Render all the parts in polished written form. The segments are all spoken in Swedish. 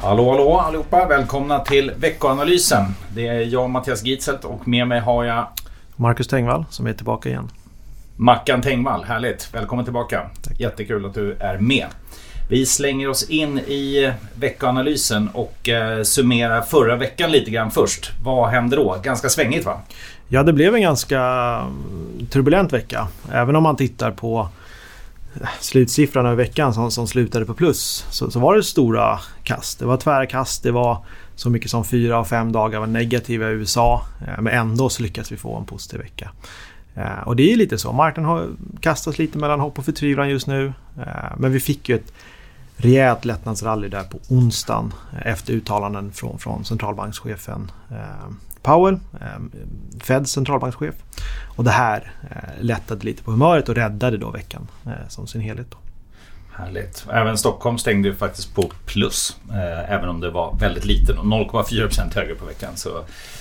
Hallå allihopa, välkomna till veckoanalysen. Det är jag, Mattias Gitzelt, och med mig har jag Marcus Tengvall som är tillbaka igen. Mackan Tengvall, härligt. Välkommen tillbaka. Tack. Jättekul att du är med. Vi slänger oss in i veckoanalysen och summerar förra veckan lite grann först. Vad hände då? Ganska svängigt, va? Ja, det blev en ganska turbulent vecka. Även om man tittar på slutsiffran över veckan som slutade på plus så var det stora kast. Det var tvära kast, det var så mycket som 4 av 5 dagar var negativa i USA, men ändå så lyckades vi få en positiv vecka. Och det är lite så, marknaden har kastats lite mellan hopp och förtvivlan just nu, men vi fick ju ett rejält lättnadsrally där på onsdagen efter uttalanden från centralbankschefen Powell, Feds centralbankschef, och det här lättade lite på humöret och räddade då veckan som sin helhet då. Härligt. Även Stockholm stängde ju faktiskt på plus, även om det var väldigt liten och 0,4% högre på veckan. Så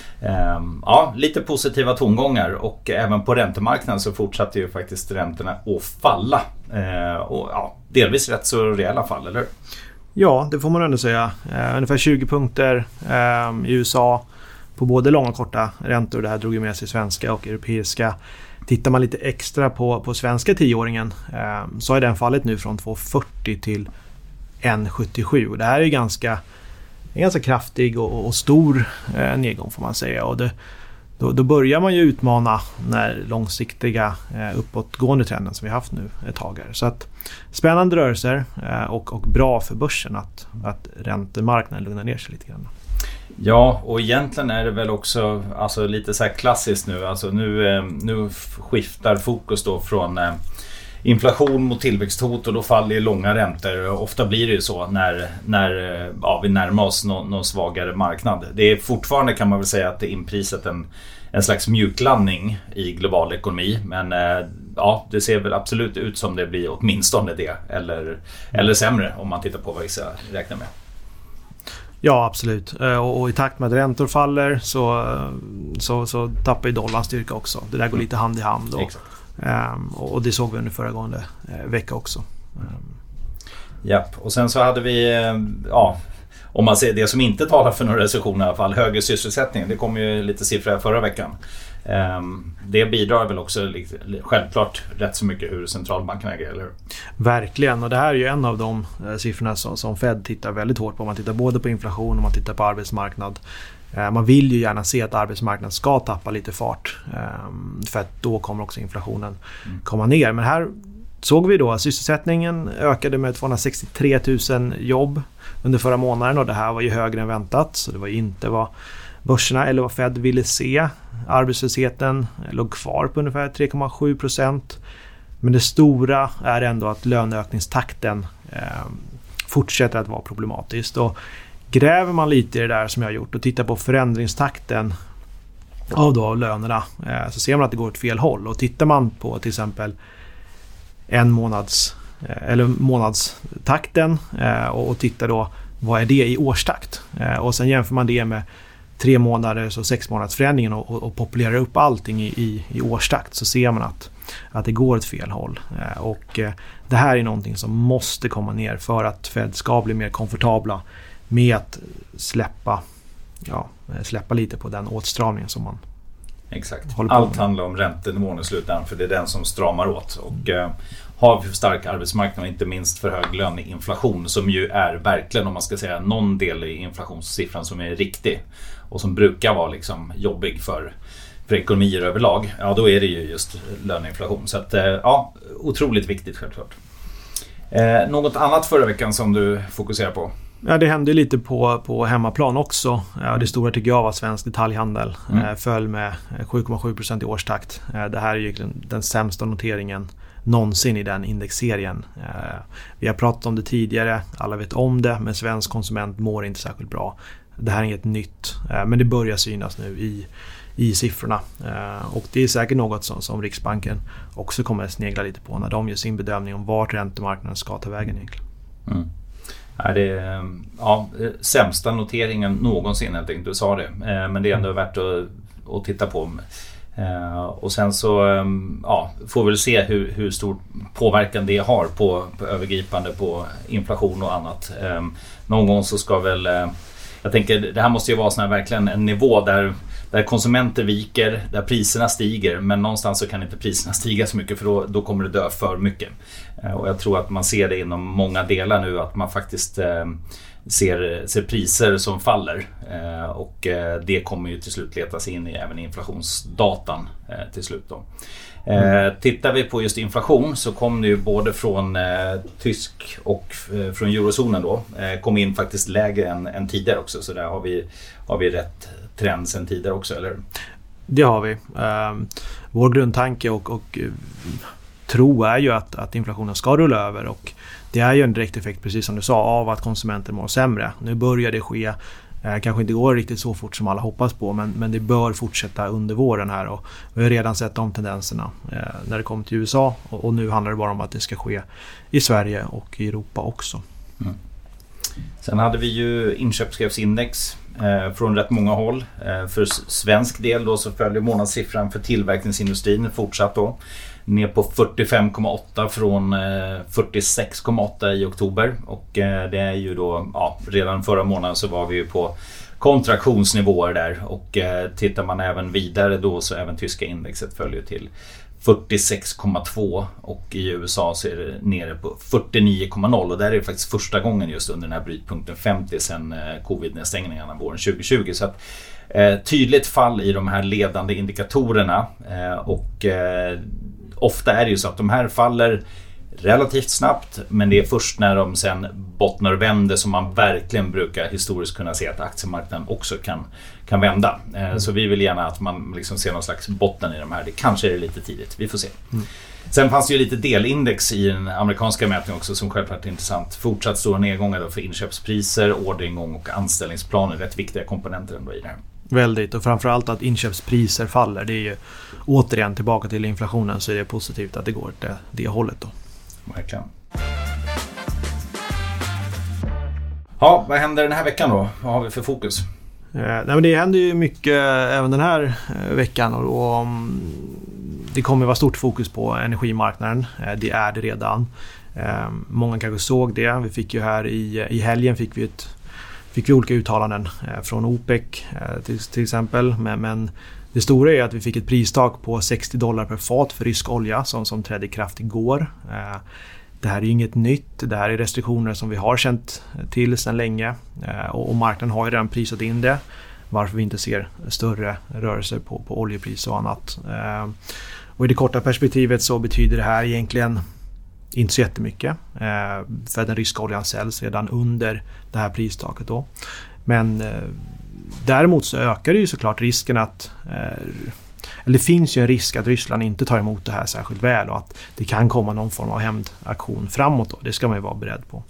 ja, lite positiva tongångar, och även på räntemarknaden så fortsatte ju faktiskt räntorna att falla. Och ja, delvis rätt så rejäla fall, eller? Ja, det får man ändå säga. Ungefär 20 punkter i USA på både långa och korta räntor. Det här drog ju med sig svenska och europeiska. Tittar man lite extra på svenska 10-åringen så är den fallit nu från 2,40 till 1,77. Det här är ganska kraftig och stor nedgång, får man säga. Och då börjar man ju utmana den långsiktiga uppåtgående trenden som vi haft nu ett tag här. Så att spännande rörelser och bra för börsen att räntemarknaden lugnar ner sig lite grann. Ja, och egentligen är det väl också lite så här klassiskt nu. Nu skiftar fokus då från inflation mot tillväxthot, och då faller ju långa räntor. Ofta blir det ju så när vi närmar oss någon svagare marknad. Det är fortfarande, kan man väl säga, att det är inprisat en slags mjuklandning i global ekonomi. Men ja, det ser väl absolut ut som det blir åtminstone det. Eller sämre om man tittar på vad vi ska räkna med. Ja, absolut. Och i takt med att räntor faller så tappar ju dollarns styrka också. Det där går lite hand i hand då. Och det såg vi under föregående vecka också. Japp, och sen så hade vi, om man ser det som inte talar för någon recession i alla fall, högre sysselsättning. Det kom ju lite siffror förra veckan. Det bidrar väl också självklart rätt så mycket hur centralbanken agerar, eller? Verkligen, och det här är ju en av de siffrorna som Fed tittar väldigt hårt på. Man tittar både på inflation och man tittar på arbetsmarknad. Man vill ju gärna se att arbetsmarknaden ska tappa lite fart, för att då kommer också inflationen komma ner. Men här såg vi då att sysselsättningen ökade med 263 000 jobb under förra månaden, och det här var ju högre än väntat, så det var ju inte vad börserna eller vad Fed ville se. Arbetslösheten låg kvar på ungefär 3,7%. Men det stora är ändå att löneökningstakten fortsätter att vara problematiskt. Och gräver man lite i det där som jag har gjort och tittar på förändringstakten av lönerna, så ser man att det går åt fel håll. Och tittar man på till exempel månadstakten och tittar då vad är det i årstakt, och sen jämför man det med 3 månaders och 6 månaders förändringen och populerar upp allting i årstakt, så ser man att det går åt fel håll. Och det här är någonting som måste komma ner för att Fed ska bli mer komfortabla med att släppa lite på den åtstramningen som man håller på med. Allt handlar om räntenivån i slutändan, för det är den som stramar åt. Och har vi för stark arbetsmarknad, inte minst för hög löneinflation, som ju är verkligen, om man ska säga, någon del i inflationssiffran som är riktig och som brukar vara liksom jobbig för ekonomier överlag, ja, då är det ju just löneinflation. Så att otroligt viktigt självklart. Något annat förra veckan som du fokuserar på? Ja, det hände lite på hemmaplan också. Ja, det stora tycker jag var svensk detaljhandel. Föll med 7,7% i årstakt. Det här är ju den sämsta noteringen någonsin i den indexserien. Vi har pratat om det tidigare, alla vet om det, men svensk konsument mår inte särskilt bra. Det här är inget nytt, men det börjar synas nu i siffrorna. Och det är säkert något som Riksbanken också kommer att snegla lite på när de gör sin bedömning om vart räntemarknaden ska ta vägen egentligen. Är det sämsta noteringen någonsin, jag tänkte du sa det. Men det är ändå värt att titta på. Och sen så får vi väl se hur stor påverkan det har på övergripande på inflation och annat. Någon gång så ska väl, jag tänker det här måste ju vara sån här, verkligen en nivå där konsumenter viker, där priserna stiger, men någonstans så kan inte priserna stiga så mycket för då kommer det dö för mycket. Och jag tror att man ser det inom många delar nu, att man faktiskt ser priser som faller, och det kommer ju till slut letas in i även inflationsdatan till slut då. Tittar vi på just inflation så kom det ju både från tysk och från eurozonen då, kom in faktiskt lägre än tidigare också, så där har vi rätt trend sen tidigare också, eller? Det har vi. Vår grundtanke och tro är ju att inflationen ska rulla över, och det är ju en direkt effekt, precis som du sa, av att konsumenter mår sämre. Nu börjar det ske, kanske inte går riktigt så fort som alla hoppas på, men det bör fortsätta under våren här, och vi har redan sett de tendenserna när det kommer till USA, och nu handlar det bara om att det ska ske i Sverige och i Europa också. Mm. Sen hade vi ju inköpschefsindex från rätt många håll. För svensk del då så följer månadssiffran för tillverkningsindustrin fortsatt då ner på 45,8 från 46,8 i oktober, och det är ju då, redan förra månaden så var vi ju på kontraktionsnivåer där, och tittar man även vidare då så även tyska indexet följer till 46,2, och i USA så är det nere på 49,0, och där är det faktiskt första gången just under den här brytpunkten 50 sedan covid-nedstängningarna våren 2020, så att tydligt fall i de här ledande indikatorerna, och ofta är det ju så att de här faller relativt snabbt, men det är först när de sen bottnar och vänder som man verkligen brukar historiskt kunna se att aktiemarknaden också kan vända. Så vi vill gärna att man liksom ser någon slags botten i de här. Det kanske är lite tidigt, vi får se. Sen fanns det ju lite delindex i den amerikanska mätningen också som självklart är intressant. Fortsatt stora nedgångar då för inköpspriser, orderingång och anställningsplaner, rätt viktiga komponenter ändå i det här. Väldigt, och framförallt att inköpspriser faller. Det är ju återigen tillbaka till inflationen, så är det positivt att det går till det hållet då. Verkligen. Ja, vad händer den här veckan då? Vad har vi för fokus? Men det händer ju mycket även den här veckan, och det kommer vara stort fokus på energimarknaden. Det är det redan. Många kanske såg det. Vi fick ju här i helgen fick vi olika uttalanden från OPEC till exempel, men det stora är att vi fick ett pristak på $60 per fat för rysk olja som trädde i kraft igår. Det här är inget nytt, det här är restriktioner som vi har känt till sedan länge, och marknaden har ju redan prisat in det, varför vi inte ser större rörelser på oljepris och annat. Och i det korta perspektivet så betyder det här egentligen inte så jättemycket, för den ryska oljan säljs redan under det här pristaket då. Men däremot så ökar det ju såklart risken eller det finns ju en risk att Ryssland inte tar emot det här särskilt väl, och att det kan komma någon form av hämndaktion framåt då. Det ska man ju vara beredd på.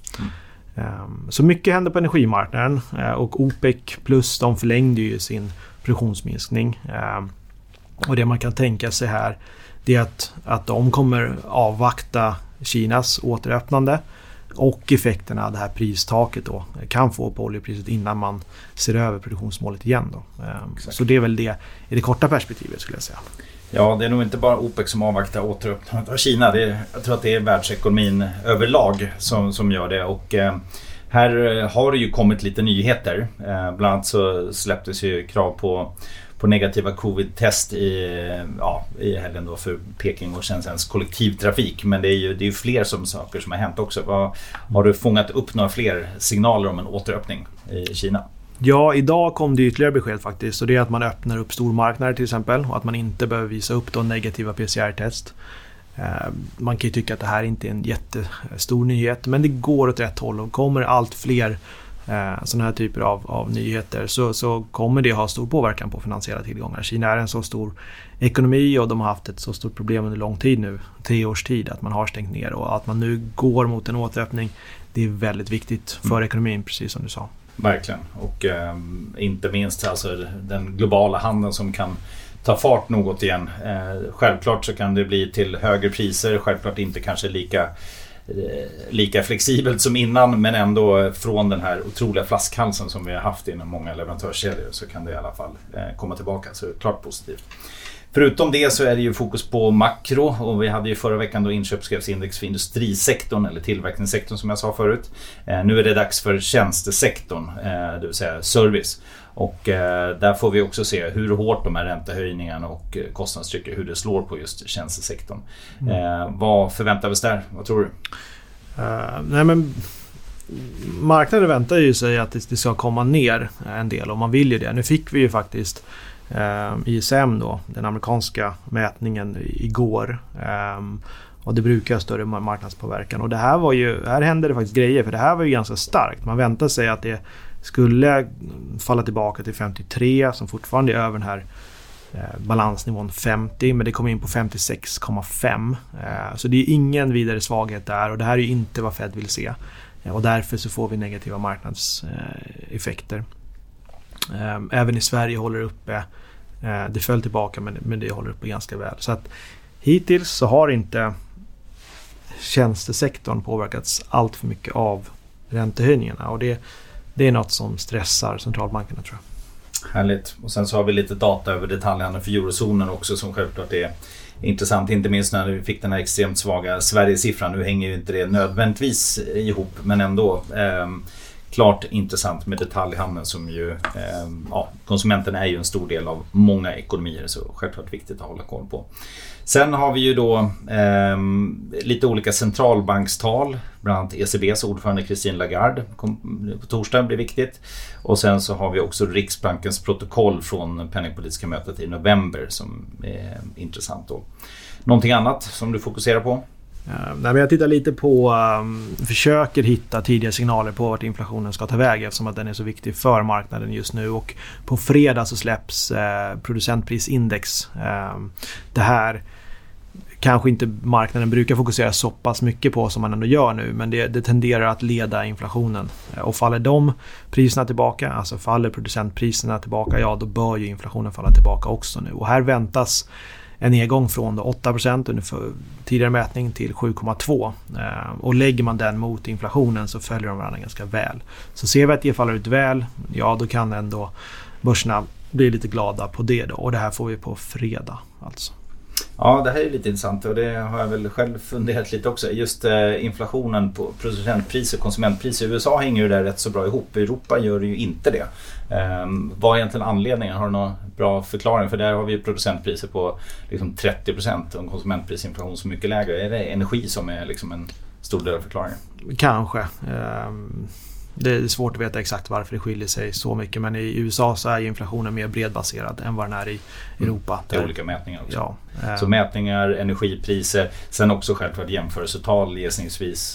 Så mycket händer på energimarknaden, och OPEC plus de förlängde ju sin produktionsminskning. Och det man kan tänka sig här, det är att de kommer avvakta Kinas återöppnande och effekterna av det här pristaket då kan få på oljepriset innan man ser över produktionsmålet igen då. Så det är väl det i det korta perspektivet, skulle jag säga. Ja, det är nog inte bara OPEC som avvaktar återöppnandet av Kina. Jag tror att det är världsekonomin överlag som gör det, och här har det ju kommit lite nyheter. Bland annat så släpptes ju krav på negativa covid-test i helgen då för Peking och Shenzhens kollektivtrafik. Men det är ju fler saker som har hänt också. Har du fångat upp några fler signaler om en återöppning i Kina? Ja, idag kom det ytterligare besked faktiskt. Så det är att man öppnar upp stormarknader till exempel, och att man inte behöver visa upp då negativa PCR-test. Man kan ju tycka att det här inte är en jättestor nyhet, men det går åt rätt håll, och kommer allt fler sådana här typer av nyheter så kommer det ha stor påverkan på finansiella tillgångar. Kina är en så stor ekonomi, och de har haft ett så stort problem under lång tid nu, 3 års tid, att man har stängt ner, och att man nu går mot en återöppning, det är väldigt viktigt för ekonomin, precis som du sa. Verkligen, och inte minst alltså den globala handeln som kan ta fart något igen. Självklart så kan det bli till högre priser, självklart inte kanske lika flexibelt som innan, men ändå från den här otroliga flaskhalsen som vi har haft inom många leverantörskedjor så kan det i alla fall komma tillbaka, så klart positivt. Förutom det så är det ju fokus på makro, och vi hade ju förra veckan då inköpschefsindex för industrisektorn eller tillverkningssektorn som jag sa förut. Nu är det dags för tjänstesektorn, det vill säga service. Och där får vi också se hur hårt de här räntehöjningarna och kostnadstrycket, hur det slår på just tjänstesektorn. Vad förväntar vi oss där? Vad tror du? Nej, men marknaden väntar ju sig att det ska komma ner en del, och man vill ju det. Nu fick vi ju faktiskt ISM då, den amerikanska mätningen igår. Och det brukar ha större marknadspåverkan. Och det här hände det faktiskt grejer, för det här var ju ganska starkt. Man väntar sig att det skulle falla tillbaka till 53, som fortfarande är över den här balansnivån 50, men det kommer in på 56,5. Så det är ingen vidare svaghet där, och det här är ju inte vad Fed vill se. Och därför så får vi negativa marknadseffekter. Även i Sverige håller det uppe. Det föll tillbaka, men det håller uppe ganska väl. Så att hittills så har inte tjänstesektorn påverkats allt för mycket av räntehöjningarna, och det är något som stressar centralbankerna, tror jag. Härligt. Och sen så har vi lite data över detaljhandeln för eurozonen också, som självklart är intressant, inte minst när vi fick den här extremt svaga Sverige-siffran. Nu hänger ju inte det nödvändigtvis ihop, men ändå klart intressant med detaljhandeln, som ju konsumenten är ju en stor del av många ekonomier, så självklart viktigt att hålla koll på. Sen har vi ju då lite olika centralbankstal, bland annat ECBs ordförande Christine Lagarde på torsdag, blir viktigt. Och sen så har vi också Riksbankens protokoll från penningpolitiska mötet i november, som är intressant då. Någonting annat som du fokuserar på? Nej, men jag tittar lite på, försöker hitta tidiga signaler på vart inflationen ska ta väg, eftersom att den är så viktig för marknaden just nu. Och på fredag så släpps producentprisindex. Det här kanske inte marknaden brukar fokusera så pass mycket på som man ändå gör nu, men det tenderar att leda inflationen. Och faller de priserna tillbaka, alltså faller producentpriserna tillbaka, ja då bör ju inflationen falla tillbaka också nu. Och här väntas en nedgång från 8% under tidigare mätning till 7,2%. Och lägger man den mot inflationen så följer de varandra ganska väl. Så ser vi att det faller ut väl, ja då kan ändå börserna bli lite glada på det då. Och det här får vi på fredag alltså. Ja, det här är lite intressant, och det har jag väl själv funderat lite också. Just inflationen på producentpriser och konsumentpriser i USA hänger ju där rätt så bra ihop. I Europa gör det ju inte det. Vad är egentligen anledningen? Har du någon bra förklaring? För där har vi ju producentpriser på liksom 30% och konsumentprisinflation så mycket lägre. Är det energi som är liksom en stor del av förklaringen? Kanske. Det är svårt att veta exakt varför det skiljer sig så mycket, men i USA så är inflationen mer bredbaserad än vad den är i Europa. Det är olika mätningar också. Ja. Så mätningar, energipriser, sen också självklart jämförelsetal gissningsvis.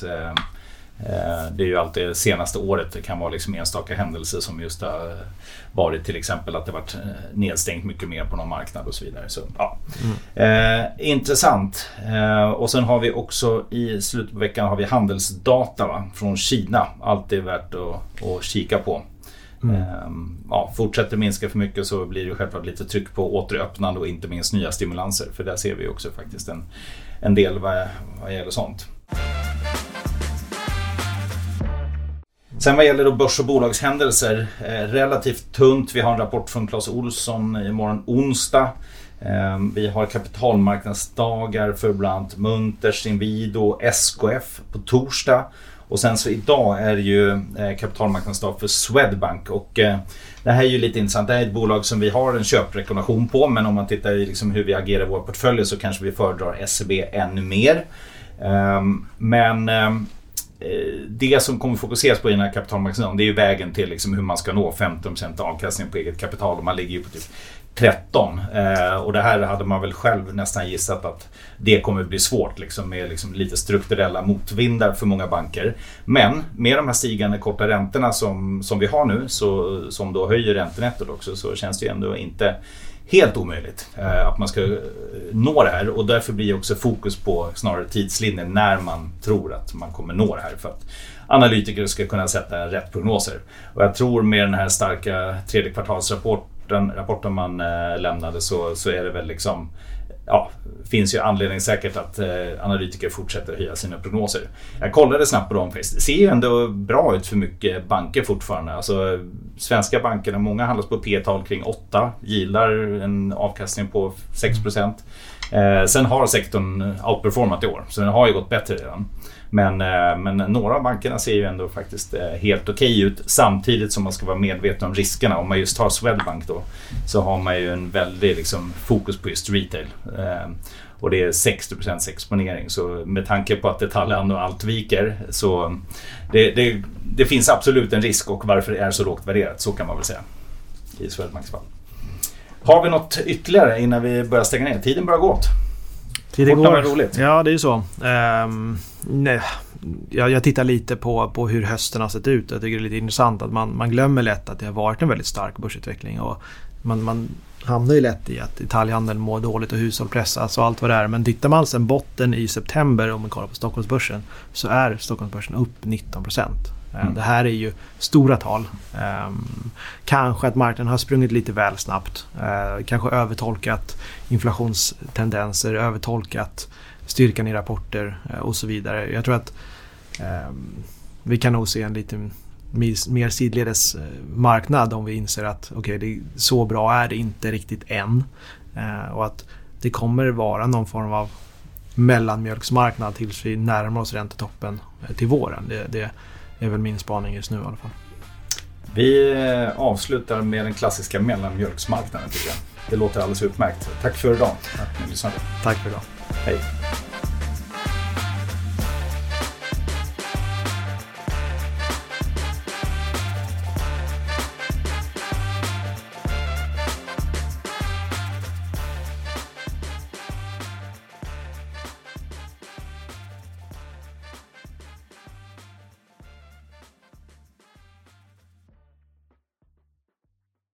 Det är ju alltid det senaste året, det kan vara liksom enstaka händelser som just har varit, till exempel att det varit nedstängt mycket mer på någon marknad och så vidare. Så, ja. Intressant. Och sen har vi också i slutet på veckan har vi handelsdata från Kina. Alltid värt att kika på. Fortsätter minska för mycket så blir det självklart lite tryck på återöppnande och inte minst nya stimulanser. För där ser vi också faktiskt en del vad gäller sånt. Sen vad gäller då börs- och bolagshändelser, relativt tunt. Vi har en rapport från Claes Olsson imorgon onsdag. Vi har kapitalmarknadsdagar för bland annat Munters, Inwido, SKF på torsdag. Och sen så idag är det ju kapitalmarknadsdag för Swedbank. Och det här är ju lite intressant. Det här är ett bolag som vi har en köprekommendation på. Men om man tittar i liksom hur vi agerar i vår portfölj så kanske vi föredrar SEB ännu mer. Det som kommer fokuseras på i den här kapitalmarknaden, det är ju vägen till liksom hur man ska nå 15% avkastning på eget kapital, och man ligger ju på typ 13. Och det här hade man väl själv nästan gissat att det kommer bli svårt liksom, med liksom lite strukturella motvindar för många banker. Men med de här stigande korta räntorna som vi har nu, så, som då höjer räntenettot också, så känns det ju ändå inte helt omöjligt att man ska nå det här, och därför blir också fokus på snarare tidslinjen när man tror att man kommer nå det här, för att analytiker ska kunna sätta rätt prognoser. Och jag tror med den här starka tredje kvartalsrapporten man lämnade så är det väl liksom finns ju anledning säkert att analytiker fortsätter höja sina prognoser. Jag kollade snabbt på dem faktiskt. Det ser ju ändå bra ut för mycket banker fortfarande. Alltså svenska bankerna, många handlas på P-tal kring 8, gillar en avkastning på 6%. Sen har sektorn outperformat i år, så den har ju gått bättre redan. Men några av bankerna ser ju ändå faktiskt helt okej ut, samtidigt som man ska vara medveten om riskerna. Om man just tar Swedbank då, så har man ju en väldigt liksom, fokus på just retail. Och det är 60% exponering, så med tanke på att detaljhandeln och allt viker, så det finns absolut en risk, och varför det är så lågt värderat, så kan man väl säga i Swedbanks fall. Har vi något ytterligare innan vi börjar stänga ner? Tiden börjar gå åt. Tiden går. Roligt. Ja, det är ju så. Nej, jag tittar lite på hur hösten har sett ut. Jag tycker det är lite intressant att man glömmer lätt att det har varit en väldigt stark börsutveckling. Och man hamnar ju lätt i att detaljhandeln mår dåligt och hushåll pressas och allt vad det är. Men tittar man sen botten i september, om man kollar på Stockholmsbörsen, så är Stockholmsbörsen upp 19%. Det här är ju stora tal. Kanske att marknaden har sprungit lite väl snabbt. Kanske övertolkat inflationstendenser, övertolkat styrkan i rapporter och så vidare. Jag tror att vi kan nog se en lite mer sidledes marknad om vi inser att okej, så bra är det inte riktigt än. Och att det kommer vara någon form av mellanmjölksmarknad tills vi närmar oss räntetoppen till våren. Det är väl min spaning just nu i alla fall. Vi avslutar med den klassiska mellanmjölksmarknaden, tycker jag. Det låter alldeles utmärkt. Tack för idag. Tack för idag. Hej.